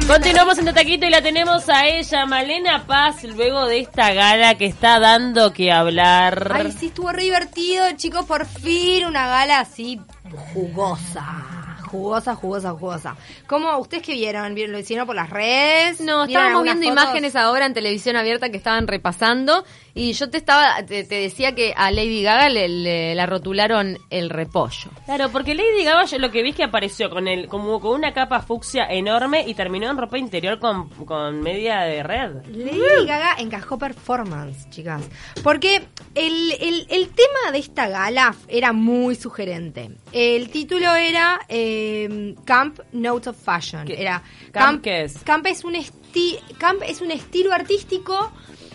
Continuamos en Taquito y la tenemos a ella, Malena Paz, luego de esta gala que está dando que hablar. Ay, sí, estuvo re divertido, chicos, por fin una gala así jugosa. Jugosa. ¿Cómo? ¿Ustedes qué vieron? ¿Lo hicieron por las redes? No, estábamos viendo imágenes ahora en televisión abierta que estaban repasando y yo te decía que a Lady Gaga la rotularon el repollo. Claro, porque Lady Gaga yo lo que vi es que apareció como con una capa fucsia enorme y terminó en ropa interior con media de red. Lady Gaga encajó performance, chicas. Porque el tema de esta gala era muy sugerente. El título era Camp Notes of Fashion. ¿Qué es? Camp es un estilo artístico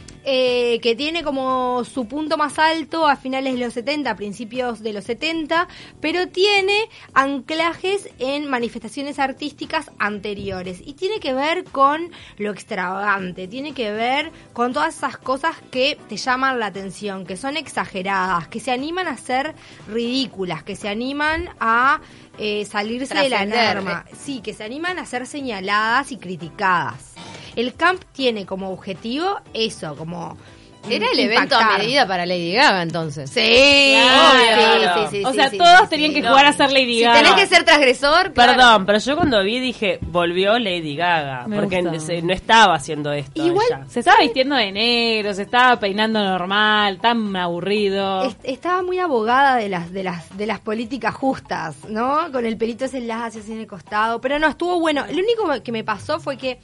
que tiene como su punto más alto a finales de los 70, a principios de los 70, pero tiene anclajes en manifestaciones artísticas anteriores y tiene que ver con lo extravagante, tiene que ver con todas esas cosas que te llaman la atención, que son exageradas, que se animan a ser ridículas, que se animan a salirse de la norma, sí, que se animan a ser señaladas y criticadas. El camp tiene como objetivo eso, como era el evento a medida para Lady Gaga, entonces. Sí, claro. Sí. O sea, todos tenían que jugar a ser Lady Gaga. Si tenés que ser transgresor, claro. Perdón, Claro. pero yo cuando vi dije, volvió Lady Gaga. Porque no estaba haciendo esto. Igual, ella. Se estaba vistiendo de negro, se estaba peinando normal, tan aburrido. Estaba muy abogada de las políticas justas, ¿no? Con el pelito ese lacio así en el costado. Pero no, estuvo bueno. Lo único que me pasó fue que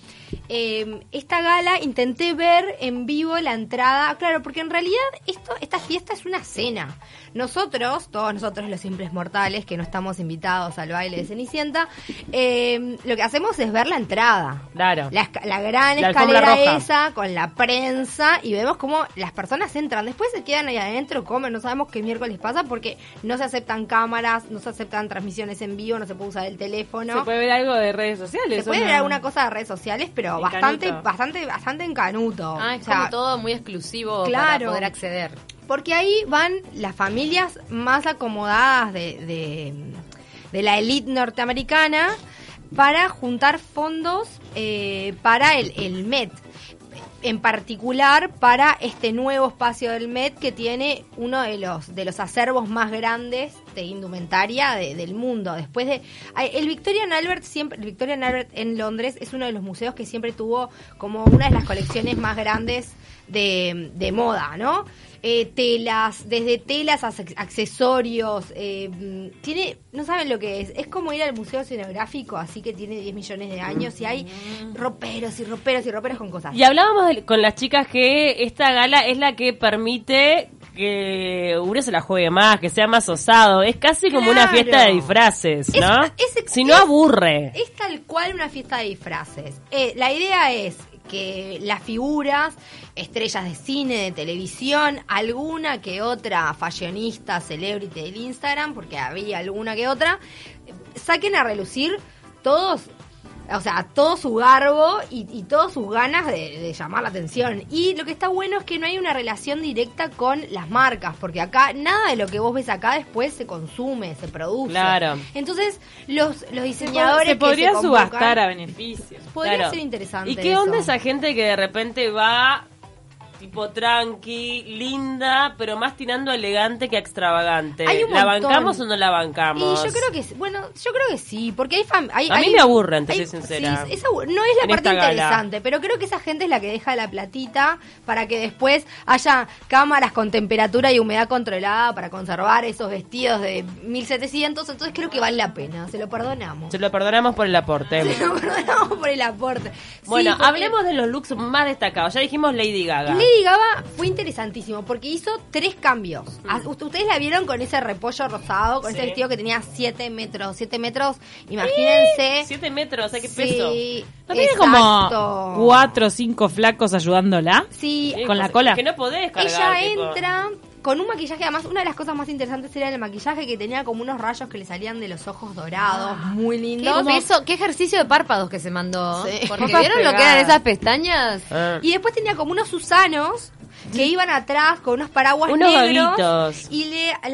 esta gala intenté ver en vivo la entrada. Claro, porque en realidad esta fiesta es una cena. Todos nosotros los simples mortales que no estamos invitados al baile de Cenicienta, lo que hacemos es ver la entrada. Claro. La gran La escalera esa con la prensa y vemos cómo las personas entran. Después se quedan ahí adentro, comen, no sabemos qué miércoles pasa porque no se aceptan cámaras, no se aceptan transmisiones en vivo, no se puede usar el teléfono. ¿Se puede ver algo de redes sociales? Se puede ver alguna cosa de redes sociales, pero bastante encanuto. Es como todo muy exclusivo claro, para poder acceder. Porque ahí van las familias más acomodadas de la élite norteamericana para juntar fondos para el Met. En particular para este nuevo espacio del Met que tiene uno de los acervos más grandes de indumentaria del mundo. Después de el Victorian Albert en Londres es uno de los museos que siempre tuvo como una de las colecciones más grandes de moda, ¿no? Desde telas a accesorios, no saben lo que es como ir al museo escenográfico, así que tiene 10 millones de años y hay roperos con cosas. Y hablábamos con las chicas que esta gala es la que permite que uno se la juegue más, que sea más osado, es casi como una fiesta de disfraces, ¿no? Si no aburre. Es tal cual una fiesta de disfraces. La idea es que las figuras, estrellas de cine, de televisión, alguna que otra fashionista, celebrity del Instagram, porque había alguna que otra, saquen a relucir todo su garbo y todas sus ganas de llamar la atención. Y lo que está bueno es que no hay una relación directa con las marcas, porque acá nada de lo que vos ves acá después se consume, se produce. Claro. Entonces, los diseñadores se podría que se subastar a beneficios. Podría ser interesante. ¿Y qué onda esa gente que de repente va tipo tranqui, linda, pero más tirando a elegante que a extravagante? ¿La bancamos o no la bancamos? Y yo creo que sí, porque a mí me aburren, te soy sincera. Sí, no es la parte interesante, pero creo que esa gente es la que deja la platita para que después haya cámaras con temperatura y humedad controlada para conservar esos vestidos de 1700, entonces creo que vale la pena, se lo perdonamos. Se lo perdonamos por el aporte. Bueno, sí, hablemos de los looks más destacados. Ya dijimos Lady Gaga. Lady Gaga fue interesantísimo porque hizo 3 cambios. Ustedes la vieron con ese repollo rosado, con ese vestido que tenía 7 metros. 7 metros, imagínense. 7 metros, ¿qué peso? ¿No tiene como 4 o 5 flacos ayudándola? Sí. Con la cola. Que no podés cargar. Ella entra con un maquillaje, además, una de las cosas más interesantes era el maquillaje, que tenía como unos rayos que le salían de los ojos dorados, muy lindos. ¿Qué ejercicio de párpados que se mandó? Sí. Porque ¿vieron lo que eran esas pestañas? Y después tenía como unos Susanos que iban atrás con unos paraguas unos negros vaguitos. y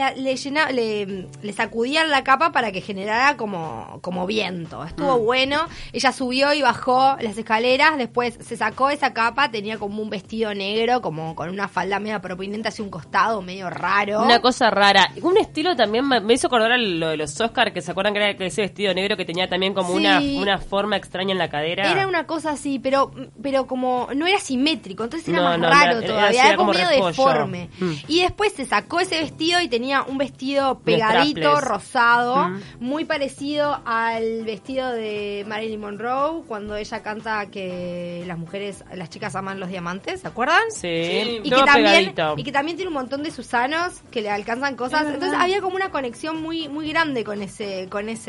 le sacudían la capa para que generara como viento. Estuvo bueno. Ella subió y bajó las escaleras, después se sacó esa capa, tenía como un vestido negro, como con una falda media prominente hacia un costado, medio raro. Una cosa rara. Un estilo también me hizo acordar a lo de los Oscar, que se acuerdan que era ese vestido negro que tenía también como una forma extraña en la cadera. Era una cosa así, pero como no era simétrico, entonces era más No, raro todavía, era como medio repollo. deforme. Y después se sacó ese vestido y tenía un vestido pegadito, strapless. rosado, muy parecido al vestido de Marilyn Monroe cuando ella canta que las chicas aman los diamantes, ¿se acuerdan? Sí, Y todo pegadito. que también tiene un montón de Susanos que le alcanzan cosas. Entonces había como una conexión muy muy grande con ese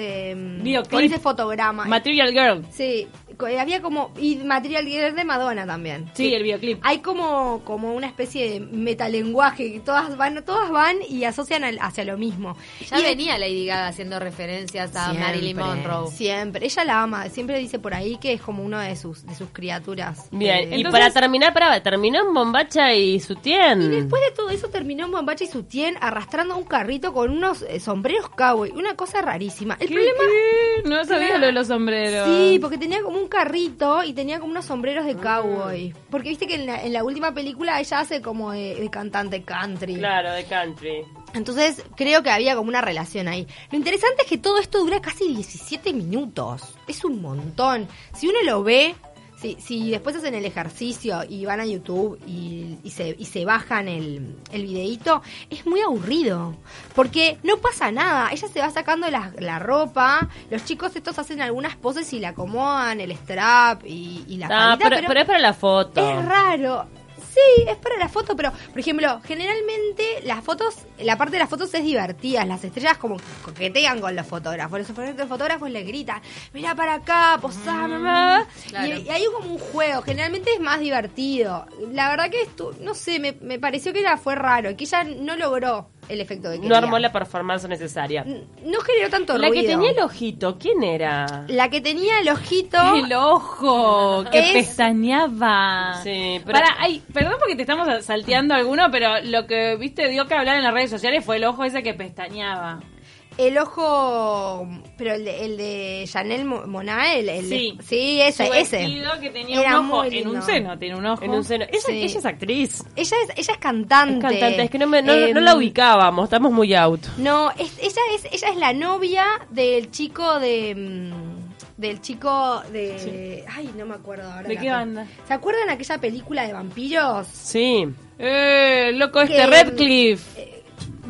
fotograma. Material Girl. Sí, había como y Material Girl de Madonna también. Sí, el videoclip. Hay como una especie de metalenguaje que todas van y asocian hacia lo mismo. Ya y venía Lady Gaga haciendo referencias a Marilyn Monroe. Siempre, ella la ama, siempre dice por ahí que es como uno de sus criaturas. Bien, y para terminar, terminó en bombacha y sutién. Y después de todo eso terminó en bombacha y sutién arrastrando un carrito con unos sombreros cowboy, una cosa rarísima. El problema No sabía lo de los sombreros. Sí, porque tenía como un carrito y tenía como unos sombreros de cowboy. Porque viste que en la última película ella hace como de cantante country. Claro, de country. Entonces creo que había como una relación ahí. Lo interesante es que todo esto dura casi 17 minutos. Es un montón. Si uno lo ve, si después hacen el ejercicio y van a YouTube y se bajan el videíto, es muy aburrido. Porque no pasa nada. Ella se va sacando la ropa, los chicos estos hacen algunas poses y le acomodan el strap y la faldita, pero es para la foto. es raro. Sí, es para la foto, pero, por ejemplo, generalmente las fotos, la parte de las fotos es divertida. Las estrellas como coquetean con los fotógrafos. Los fotógrafos le gritan, mira para acá, posá, mamá. Claro. Y hay como un juego. Generalmente es más divertido. La verdad que no sé, me pareció que fue raro, que ella no logró el efecto que quería. No armó la performance necesaria. No generó tanto La ruido. que tenía el ojito, ¿quién era? La que tenía el ojito... El ojo, que pestañeaba. Sí, pero... Perdón porque te estamos salteando alguno, pero lo que viste dio que hablar en las redes sociales fue el ojo ese que pestañeaba. El ojo, pero el de Janelle Monáe, sí, ese. Vestido que tenía Era un ojo muy en lindo. un seno, tiene un ojo. En un seno. Sí. Ella es actriz. Ella es cantante. Es cantante, es que no la ubicábamos, estamos muy out. No, ella es la novia del chico de... Sí. Ay, no me acuerdo ahora. ¿De qué banda? ¿Se acuerdan aquella película de vampiros? Sí. Loco Que, Redcliffe.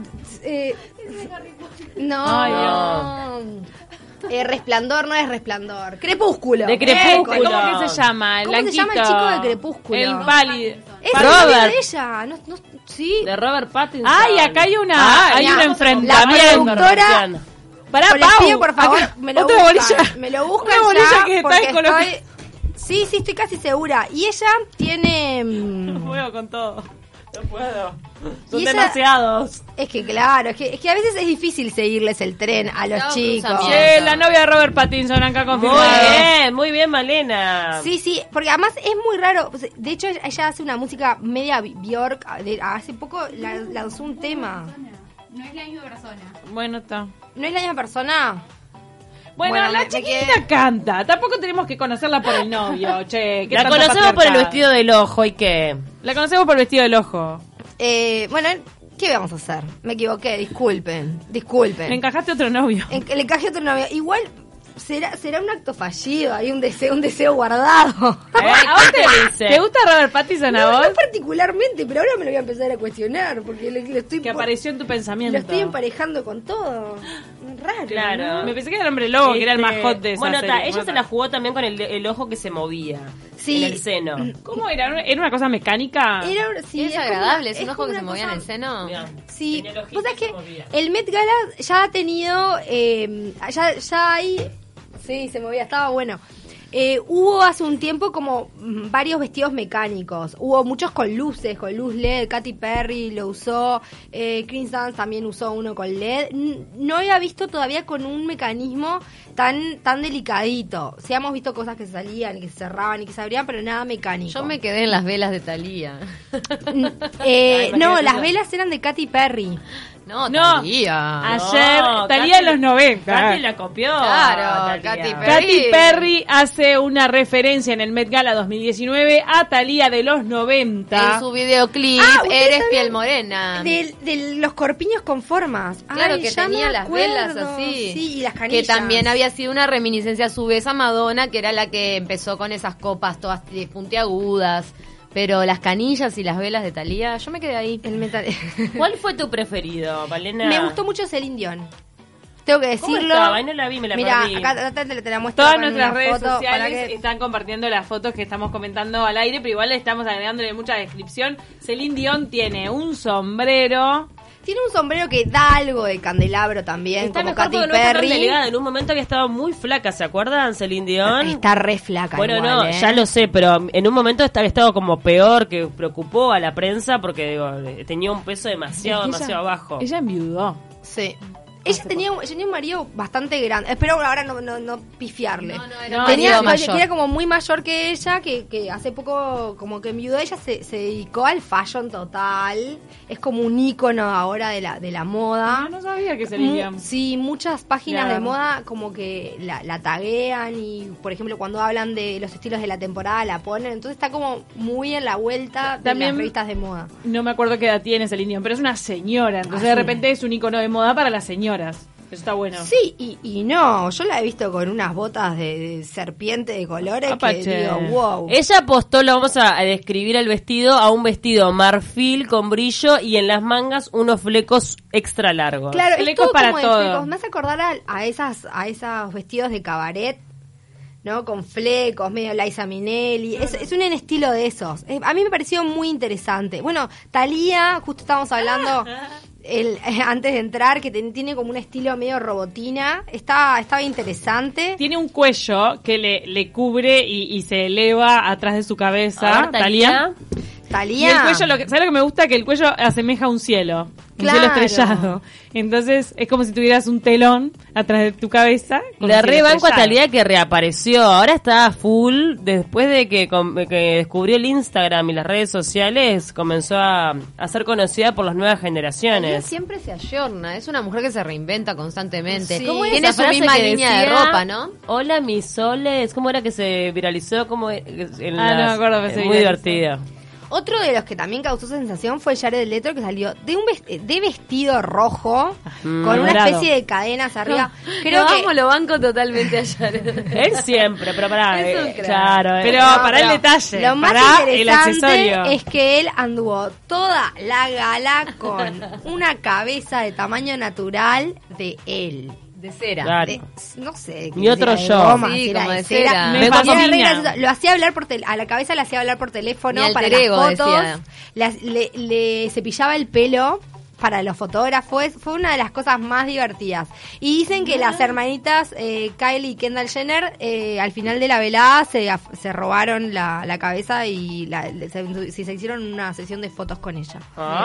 No. Ay, Resplandor no es Resplandor. Crepúsculo. De Crepúsculo. ¿Cómo que se llama? ¿Cómo se llama el chico de Crepúsculo? El pálido. Es la Robert. novia de ella. Sí. De Robert Pattinson. Ay, acá hay hay un la enfrentamiento. productora- Pará, Les Pau, pido, por favor, acá- me lo otra buscan. bolilla. Me lo buscan Una bolilla ya que está porque descolocada. Sí, estoy casi segura. Y ella tiene... No puedo con todo. No puedo. Son Y ella- demasiados. Es que claro, es que a veces es difícil seguirles el tren a los Claro, chicos. cruzamiento. Sí, la novia de Robert Pattinson acá confirmada. Muy bien, Malena. Sí, porque además es muy raro. De hecho, ella hace una música media Bjork. Hace poco lanzó un tema. No es la misma persona. Bueno, está. ¿No es la misma persona? Bueno, Bueno, la me chiquita quedé- canta. Tampoco tenemos que conocerla por el novio, che. ¿qué La tanta conocemos por el patriarcado? vestido del ojo y qué. La conocemos por el vestido del ojo. Bueno, ¿qué vamos a hacer? Me equivoqué, disculpen. Le encajaste otro novio. Le encajé otro novio. Igual será un acto fallido, hay un deseo guardado. ¿A vos te dice? ¿Te gusta Robert Pattinson a No, vos? no particularmente, pero ahora me lo voy a empezar a cuestionar porque lo estoy Que apareció en tu pensamiento. lo estoy emparejando con todo. Raro. Claro. ¿no? Me pensé que era el hombre lobo, que era el más hot de esa Bueno, serie. ella Bueno, se la jugó también con el ojo que se movía. Sí. En el seno. ¿Cómo era? ¿Era una cosa mecánica? Sí, ¿Es como agradable? una- ¿Es un ojo como que se una movía en cosa- el seno? Mirá, Sí, tenía el ojito vos sabés y se que movía. el Met Gala ya ha tenido, ya hay, sí, se movía, estaba bueno. Hubo hace un tiempo como varios vestidos mecánicos. Hubo muchos con luz LED. Katy Perry lo usó. Chris Dance también usó uno con LED. No había visto todavía con un mecanismo tan delicadito. Sí, hemos visto cosas que salían, que se cerraban y que se abrían, pero nada mecánico. Yo me quedé en las velas de Thalía. No, las velas eran de Katy Perry. No, Thalía. Ayer, Thalía en los 90. Katy la copió. Claro, Katy Perry hace una referencia en el Met Gala 2019 a Thalía de los 90. En su videoclip, Eres piel morena. De los corpiños con formas. Claro, Ay, que ya tenía me las acuerdo. velas así. Sí, y las canillas. Que también había sido una reminiscencia a su vez a Madonna, que era la que empezó con esas copas todas puntiagudas. Pero las canillas y las velas de Thalía, yo me quedé ahí. El metal. ¿Cuál fue tu preferido, Valena? Me gustó mucho Celine Dion. Tengo que decirlo. ¿Cómo estaba? Ahí no la vi, me la perdí. Mira, acá te la muestro. Todas con nuestras una redes foto sociales están compartiendo las fotos que estamos comentando al aire, pero igual le estamos agregándole mucha descripción. Celine Dion tiene un sombrero. Tiene un sombrero que da algo de candelabro también, Está como mejor Katy porque no está tan Perry. delgada. En un momento había estado muy flaca, ¿se acuerdan, Celine Dion? Está re flaca. Bueno, igual, no, ya lo sé, pero en un momento había estado como peor, que preocupó a la prensa porque digo, tenía un peso demasiado bajo. Ella enviudó. Sí. Ella tenía un marido bastante grande. Espero ahora no pifiarle. No, tenía mayor. que era como muy mayor que ella, que hace poco como que enviudó. Ella se dedicó al fashion total. Es como un ícono ahora de la moda. No sabía que Celine Dion. Sí, muchas páginas Claro. de moda como que la taguean y, por ejemplo, cuando hablan de los estilos de la temporada la ponen. Entonces está como muy en la vuelta de También las revistas de moda. No me acuerdo qué edad tiene Celine Dion, pero es una señora. Entonces de repente es un icono de moda para las señoras. Eso está bueno. Sí, y no, yo la he visto con unas botas de serpiente de colores Apache. que digo, wow. Ella apostó, lo vamos a describir el vestido, a un vestido marfil con brillo y en las mangas unos flecos extra largos. Claro, es Flecos todo para como de todo. flecos. Me hace acordar a esos vestidos de cabaret, ¿no? Con flecos, medio Liza Minnelli. Es un estilo de esos. A mí me pareció muy interesante. Bueno, Thalía, justo estábamos hablando antes de entrar, que tiene como un estilo medio robotina. Estaba interesante. Tiene un cuello que le cubre y se eleva atrás de su cabeza. A ver, Thalía. Thalía. Y el cuello, ¿sabes lo que me gusta? Que el cuello asemeja a un cielo. Un Claro. cielo estrellado. Entonces es como si tuvieras un telón atrás de tu cabeza. con Le un cielo rebanco a estrellado. Thalía que reapareció. Ahora está full. Después de que descubrió el Instagram y las redes sociales, comenzó a ser conocida por las nuevas Thalía generaciones. siempre se ayorna, es una mujer que se reinventa constantemente. Sí. ¿Cómo era Tiene esa su frase misma que línea de decía, ropa, ¿no? Hola, mis soles. ¿Cómo era que se viralizó? ¿Cómo no me acuerdo, pero se muy viralizó. divertida. Otro de los que también causó sensación fue Jared Leto, que salió de vestido rojo, con una dorado. especie de cadenas arriba. Creo que lo banco totalmente a Jared. Él siempre, pero pará. Es un crack. Claro. Pero para el detalle, Lo más para el interesante accesorio. es que él anduvo toda la gala con una cabeza de tamaño natural de él. De cera. Claro. No sé. Ni otro si era de yo. goma, Sí, si era como de de cera. cera. Me Era fascina. re gracioso. Lo hacía hablar a la cabeza le hacía hablar por teléfono Ni para alter ego, las fotos. decía. Le cepillaba el pelo para los fotógrafos. Fue una de las cosas más divertidas. Y dicen que las hermanitas Kylie y Kendall Jenner al final de la velada se robaron la cabeza y se hicieron una sesión de fotos con ella.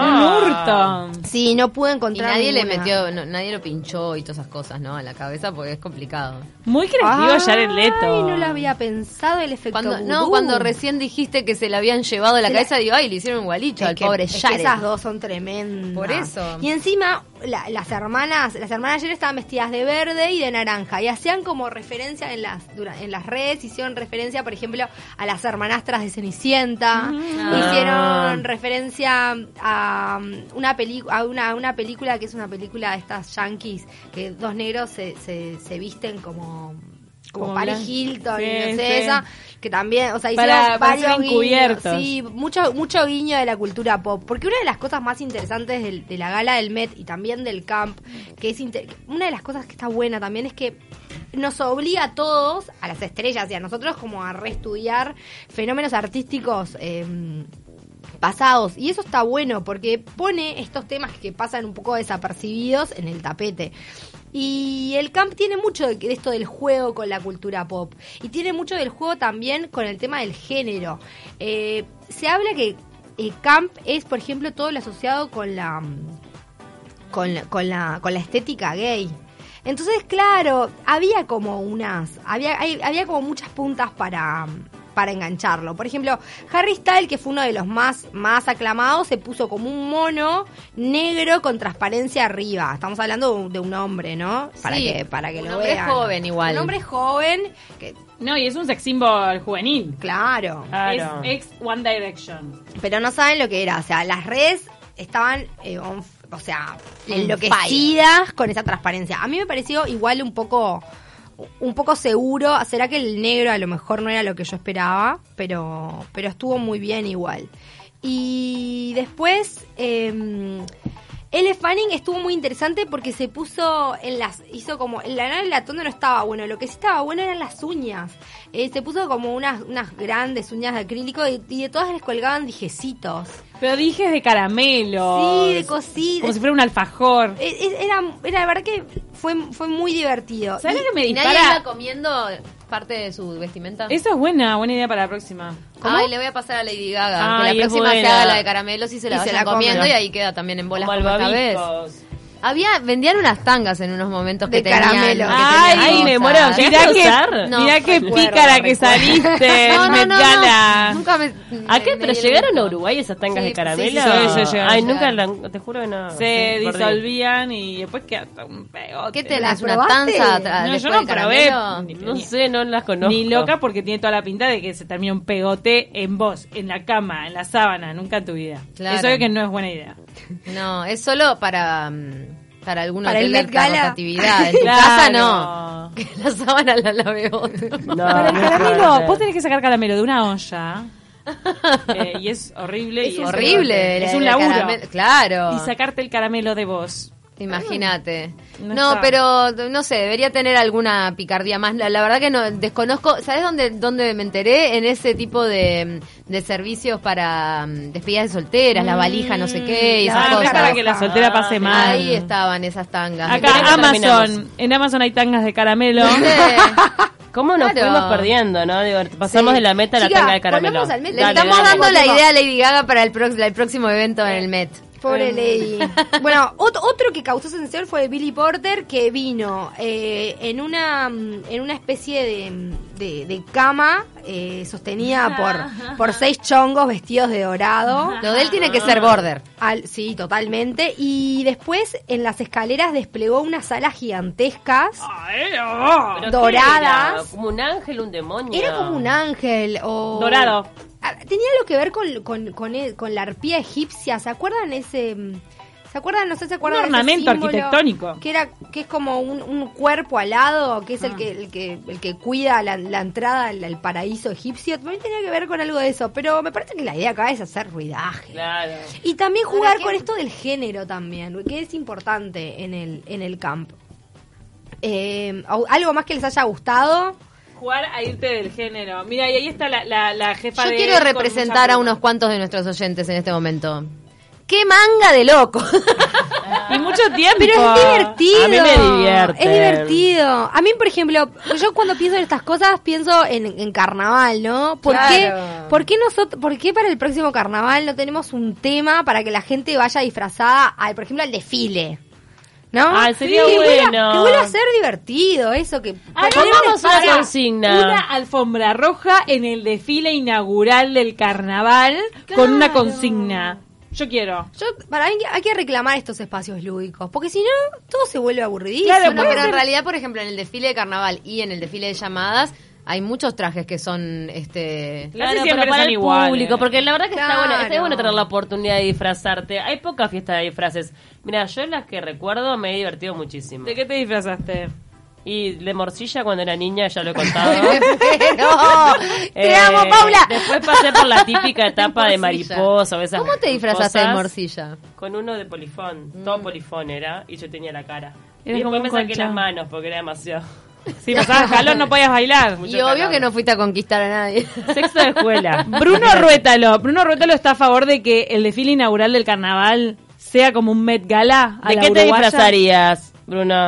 Un hurto. Sí, no pude Y encontrar nadie le ninguna. metió, nadie lo pinchó y todas esas cosas, ¿no? A la cabeza porque es complicado. Muy creativo Jared Leto. Ay, no lo había pensado el efecto vudú. Cuando recién dijiste que se le habían llevado la cabeza, digo, ay, le hicieron un igualito Es al que- pobre es que Jared. esas dos son tremendas. Por eso. Y encima, las hermanas ayer estaban vestidas de verde y de naranja. Y hacían como referencia en las redes, hicieron referencia, por ejemplo, a las hermanastras de Cenicienta. Hicieron referencia a una película que es una película de estas yankees, que dos negros se visten como Paris blanco. Hilton, Sí, y no sé, sí. esa, que también, o sea, Para hicieron varios ser guiños, encubiertos. sí, mucho guiño de la cultura pop, porque una de las cosas más interesantes de la gala del Met y también del camp, que es una de las cosas que está buena también es que nos obliga a todos, a las estrellas y a nosotros, como a reestudiar fenómenos artísticos pasados, y eso está bueno porque pone estos temas que pasan un poco desapercibidos en el tapete. Y el camp tiene mucho de esto del juego con la cultura pop. Y tiene mucho del juego también con el tema del género. Se habla que camp es, por ejemplo, todo lo asociado con la estética gay. Entonces, claro, había como como muchas puntas para engancharlo. Por ejemplo, Harry Styles, que fue uno de los más aclamados, se puso como un mono negro con transparencia arriba. Estamos hablando de un hombre, ¿no? Para que lo vean. Un hombre joven igual. Un hombre joven que... No, y es un sex symbol juvenil. Claro. Es ex One Direction. Pero no saben lo que era. O sea, las redes estaban enloquecidas con esa transparencia. A mí me pareció igual un poco seguro. Será que el negro a lo mejor no era lo que yo esperaba, pero estuvo muy bien igual. Y después Elle Fanning estuvo muy interesante porque se puso hizo como el latón no estaba bueno, lo que sí estaba bueno eran las uñas. Se puso como unas grandes uñas de acrílico y de todas les colgaban dijecitos. Pero dijes de caramelo. Sí, de cositas. Como si fuera un alfajor. Era la verdad que fue muy divertido. ¿Sabes lo que me dispara? ¿Nadie iba comiendo parte de su vestimenta? Eso es buena idea para la próxima. Ay, le voy a pasar a Lady Gaga. Ay, que la próxima se buena. haga la de caramelos y se la vayan comiendo y ahí queda también en bolas como esta vez. Vendían unas tangas en unos momentos de que tenían caramelo. Ay, me muero. Mirá qué pícara que saliste. No. Nunca ¿A qué? ¿Pero llegaron a Uruguay esas tangas de caramelo? Sí, Ay, nunca, te juro que no. Se disolvían y después queda un pegote. ¿Qué tenés? ¿Una tanza? No, yo no probé. No sé, no las conozco. Ni loca porque tiene toda la pinta de que se termina un pegote en vos, en la cama, en la sábana, nunca en tu vida. Claro. Eso es que no es buena idea. No, es solo para algún para hotel el de Met Gala. rotatividad. En tu casa no. Que la sábana la lave otro. No, Para el no caramelo, puede vos tenés que sacar caramelo de una olla. Y es horrible. Es horrible. Es un laburo. Claro. Y sacarte el caramelo de vos. Imagínate. No No, está. pero no sé, debería tener alguna picardía más. La verdad que no desconozco. ¿Sabes dónde me enteré? En ese tipo de servicios para despedidas de solteras, la valija, no sé qué, y esas cosas. Para que la soltera pase mal. Ahí estaban esas tangas. Acá en Amazon hay tangas de caramelo. ¿Cómo nos Claro. fuimos perdiendo, no? Digo, pasamos de la meta a la Chica, tanga de caramelo. volvamos al Met. Le Dale, estamos dale. dando la idea a Lady Gaga para el próximo evento en el Met. Pobre Lady. Bueno, otro que causó sensación fue Billy Porter, que vino en una especie de cama sostenida por 6 chongos vestidos de dorado. Lo de él tiene que ser border. Sí, totalmente. Y después en las escaleras desplegó unas alas gigantescas, ¿Pero doradas. qué era? ¿Como un ángel, un demonio? Era como un ángel o... Dorado. Tenía algo que ver con la arpía egipcia. ¿Se acuerdan ese...? ¿Se acuerdan? No sé si se acuerdan. Un de ese ornamento símbolo arquitectónico. Que es como un cuerpo alado, que es el que cuida la entrada al paraíso egipcio. También tenía que ver con algo de eso, pero me parece que la idea acá es hacer ruidaje. Claro. Y también jugar con esto del género también, que es importante en el camp. ¿Algo más que les haya gustado? Jugar a irte del género. Mira, y ahí está la jefa Yo de... quiero él con representar mucha a unos cuantos de nuestros oyentes en este momento. ¡Qué manga de loco! pluma. Y mucho tiempo. Pero es divertido. A mí me divierte. Es divertido. A mí, por ejemplo, yo cuando pienso en estas cosas pienso en carnaval, ¿no? ¿Por qué para el próximo carnaval no tenemos un tema para que la gente vaya disfrazada, por ejemplo, al desfile? ¿No? Ah, sería que bueno. que vuelva a ser divertido eso que... Pongamos una Para consigna. una alfombra roja en el desfile inaugural del carnaval con una consigna. Yo quiero. Para mí hay que reclamar estos espacios lúdicos, porque si no, todo se vuelve aburridísimo. Claro, Bueno, puede pero en ser- realidad, por ejemplo, en el desfile de carnaval y en el desfile de llamadas hay muchos trajes que son Claro, Casi siempre pero para son el iguales. público, porque la verdad que Claro. está bueno tener la oportunidad de disfrazarte. Hay poca fiesta de disfraces. Mira, yo las que recuerdo me he divertido muchísimo. ¿De qué te disfrazaste? Y de morcilla cuando era niña, ya lo he contado. ¡No! ¡Te amo, Paula! Después pasé por la típica etapa de Morcilla. mariposa o esas ¿Cómo te disfrazaste de cosas. morcilla? Con uno de polifón. Todo polifón era, y yo tenía la cara. Y Era como después un me saqué colchón. las manos porque era demasiado. Si pasabas calor no podías bailar. Mucho Y obvio calor. que no fuiste a conquistar a nadie. Sexto de escuela. Bruno Ruétalo está a favor de que el desfile inaugural del carnaval sea como un Met Gala a ¿De la qué te uruguaya. disfrazarías, Bruno?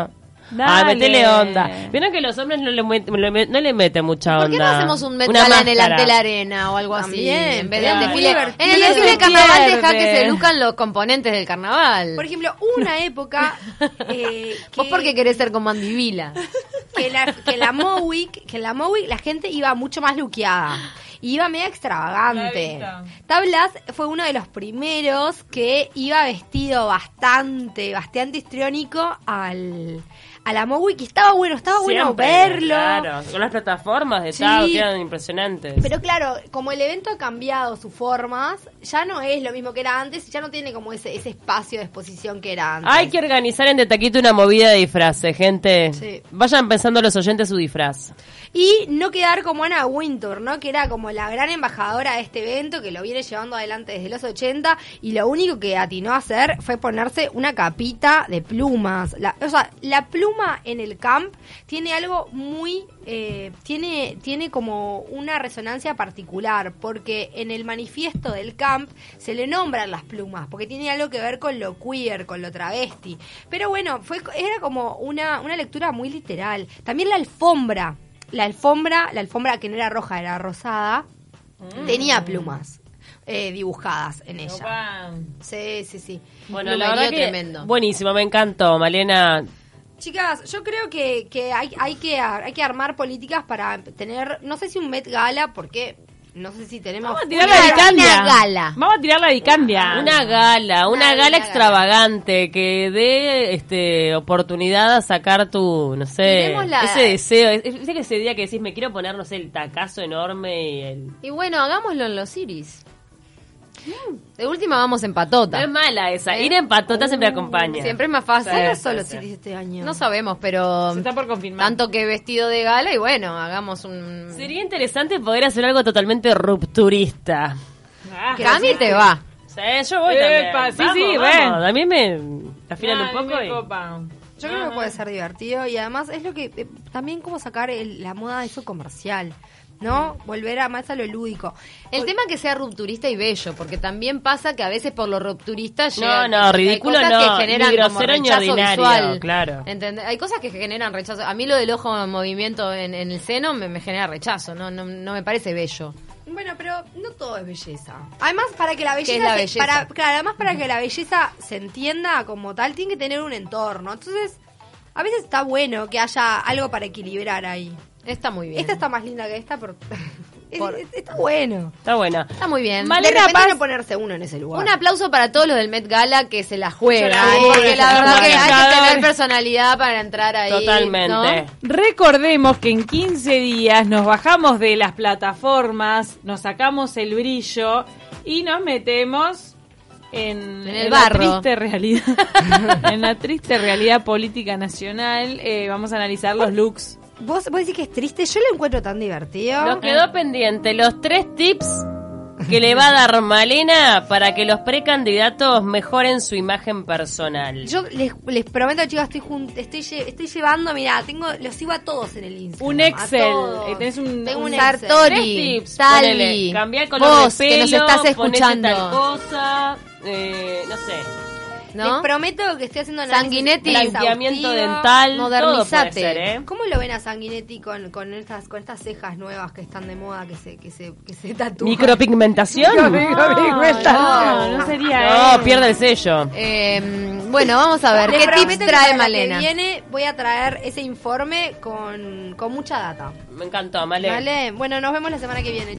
Metele onda. Vieron que los hombres no le meten mucha onda. ¿Por qué no hacemos un Met Gala en el Ante la Arena o algo así? En vez del desfile. En el desfile de carnaval deja que se luzcan los componentes del carnaval. Por ejemplo, hubo una época vos porque querés ser como Andy Vila. Que la Mowick la gente iba mucho más luqueada. Y iba media extravagante. Tablas fue uno de los primeros que iba vestido bastante histriónico a la Mowick, y estaba bueno verlo. Claro, con las plataformas de Tao que eran impresionantes. Pero claro, como el evento ha cambiado sus formas, ya no es lo mismo que era antes, y ya no tiene como ese espacio de exposición que era antes. Hay que organizar en De Taquito una movida de disfraces, gente. Sí. Vayan pensando los oyentes su disfraz. Y no quedar como Anna Wintour, ¿no? Que era como la gran embajadora de este evento, que lo viene llevando adelante desde los 80, y lo único que atinó a hacer fue ponerse una capita de plumas. La pluma en el camp tiene algo muy... tiene como una resonancia particular, porque en el manifiesto del camp se le nombran las plumas, porque tiene algo que ver con lo queer, con lo travesti. Pero bueno, era como una lectura muy literal. También la alfombra que no era roja, era rosada, tenía plumas dibujadas en ella. Opa. Sí. Bueno, la verdad que tremendo. Buenísimo, me encantó, Malena. Chicas, yo creo que hay que armar políticas para tener, no sé si un Met Gala, porque no sé si tenemos... Vamos a tirar la Vicandia. Una gala. Vamos a tirar la Vicandia. Una gala extravagante que dé oportunidad a sacar tu, no sé, ese deseo. Ese que ese día que decís, me quiero poner, no sé, el tacazo enorme y bueno, hagámoslo en los Iris. De última vamos en patota. No es mala esa. Ir en patota siempre acompaña. Siempre es más fácil. ¿Cuándo son los Iris este año? No sabemos, pero... Se está por confirmar. Tanto que vestido de gala y bueno, hagamos un... Sería interesante poder hacer algo totalmente rupturista. Cami te va. Sí, yo voy también. Vamos. A mí me afilan un poco. Yo creo que puede ser divertido, y además es lo que... también como sacar la moda de eso comercial, ¿no? Volver más a lo lúdico. El tema que sea rupturista y bello, porque también pasa que a veces por lo rupturista ridículo hay cosas que generan ni como grosero ni rechazo ordinario, visual. Claro. ¿Entendés? Hay cosas que generan rechazo. A mí lo del ojo en movimiento en el seno me genera rechazo, no me parece bello. Bueno, pero no todo es belleza. Además, para que la belleza, ¿qué es la belleza? Para que la belleza se entienda como tal, tiene que tener un entorno. Entonces, a veces está bueno que haya algo para equilibrar ahí. Está muy bien. Esta está más linda que esta, pero está bueno. Está buena. Está muy bien. De repente no ponerse uno en ese lugar. Un aplauso para todos los del Met Gala que se la juegan. Sí, porque la verdad que hay que tener personalidad para entrar ahí. Totalmente. ¿no? Recordemos que en 15 días nos bajamos de las plataformas, nos sacamos el brillo y nos metemos en el barro. La triste realidad. En la triste realidad política nacional. Vamos a analizar los looks. ¿Vos decís que es triste? Yo lo encuentro tan divertido. Nos quedó pendiente los 3 tips que le va a dar Malena para que los precandidatos mejoren su imagen personal. Yo les prometo, chicos, estoy llevando, mirá, los sigo a todos en el Instagram. Un Excel. Tengo un Sartori, Salvi, cambiar el color vos, de pelo, que nos estás escuchando. tal cosa, no sé. ¿No? Les prometo que estoy haciendo Sanguinetti, limpiamiento dental, modernizate. todo puede ser, ¿eh? ¿Cómo lo ven a Sanguinetti con estas cejas nuevas que están de moda, que se tatúan? ¿Micropigmentación? No sería No, pierde el sello. Bueno, vamos a ver. Les ¿Qué tips trae Malena? Que viene voy a traer ese informe con mucha data. Me encantó, Malena. ¿Vale? Bueno, nos vemos la semana que viene.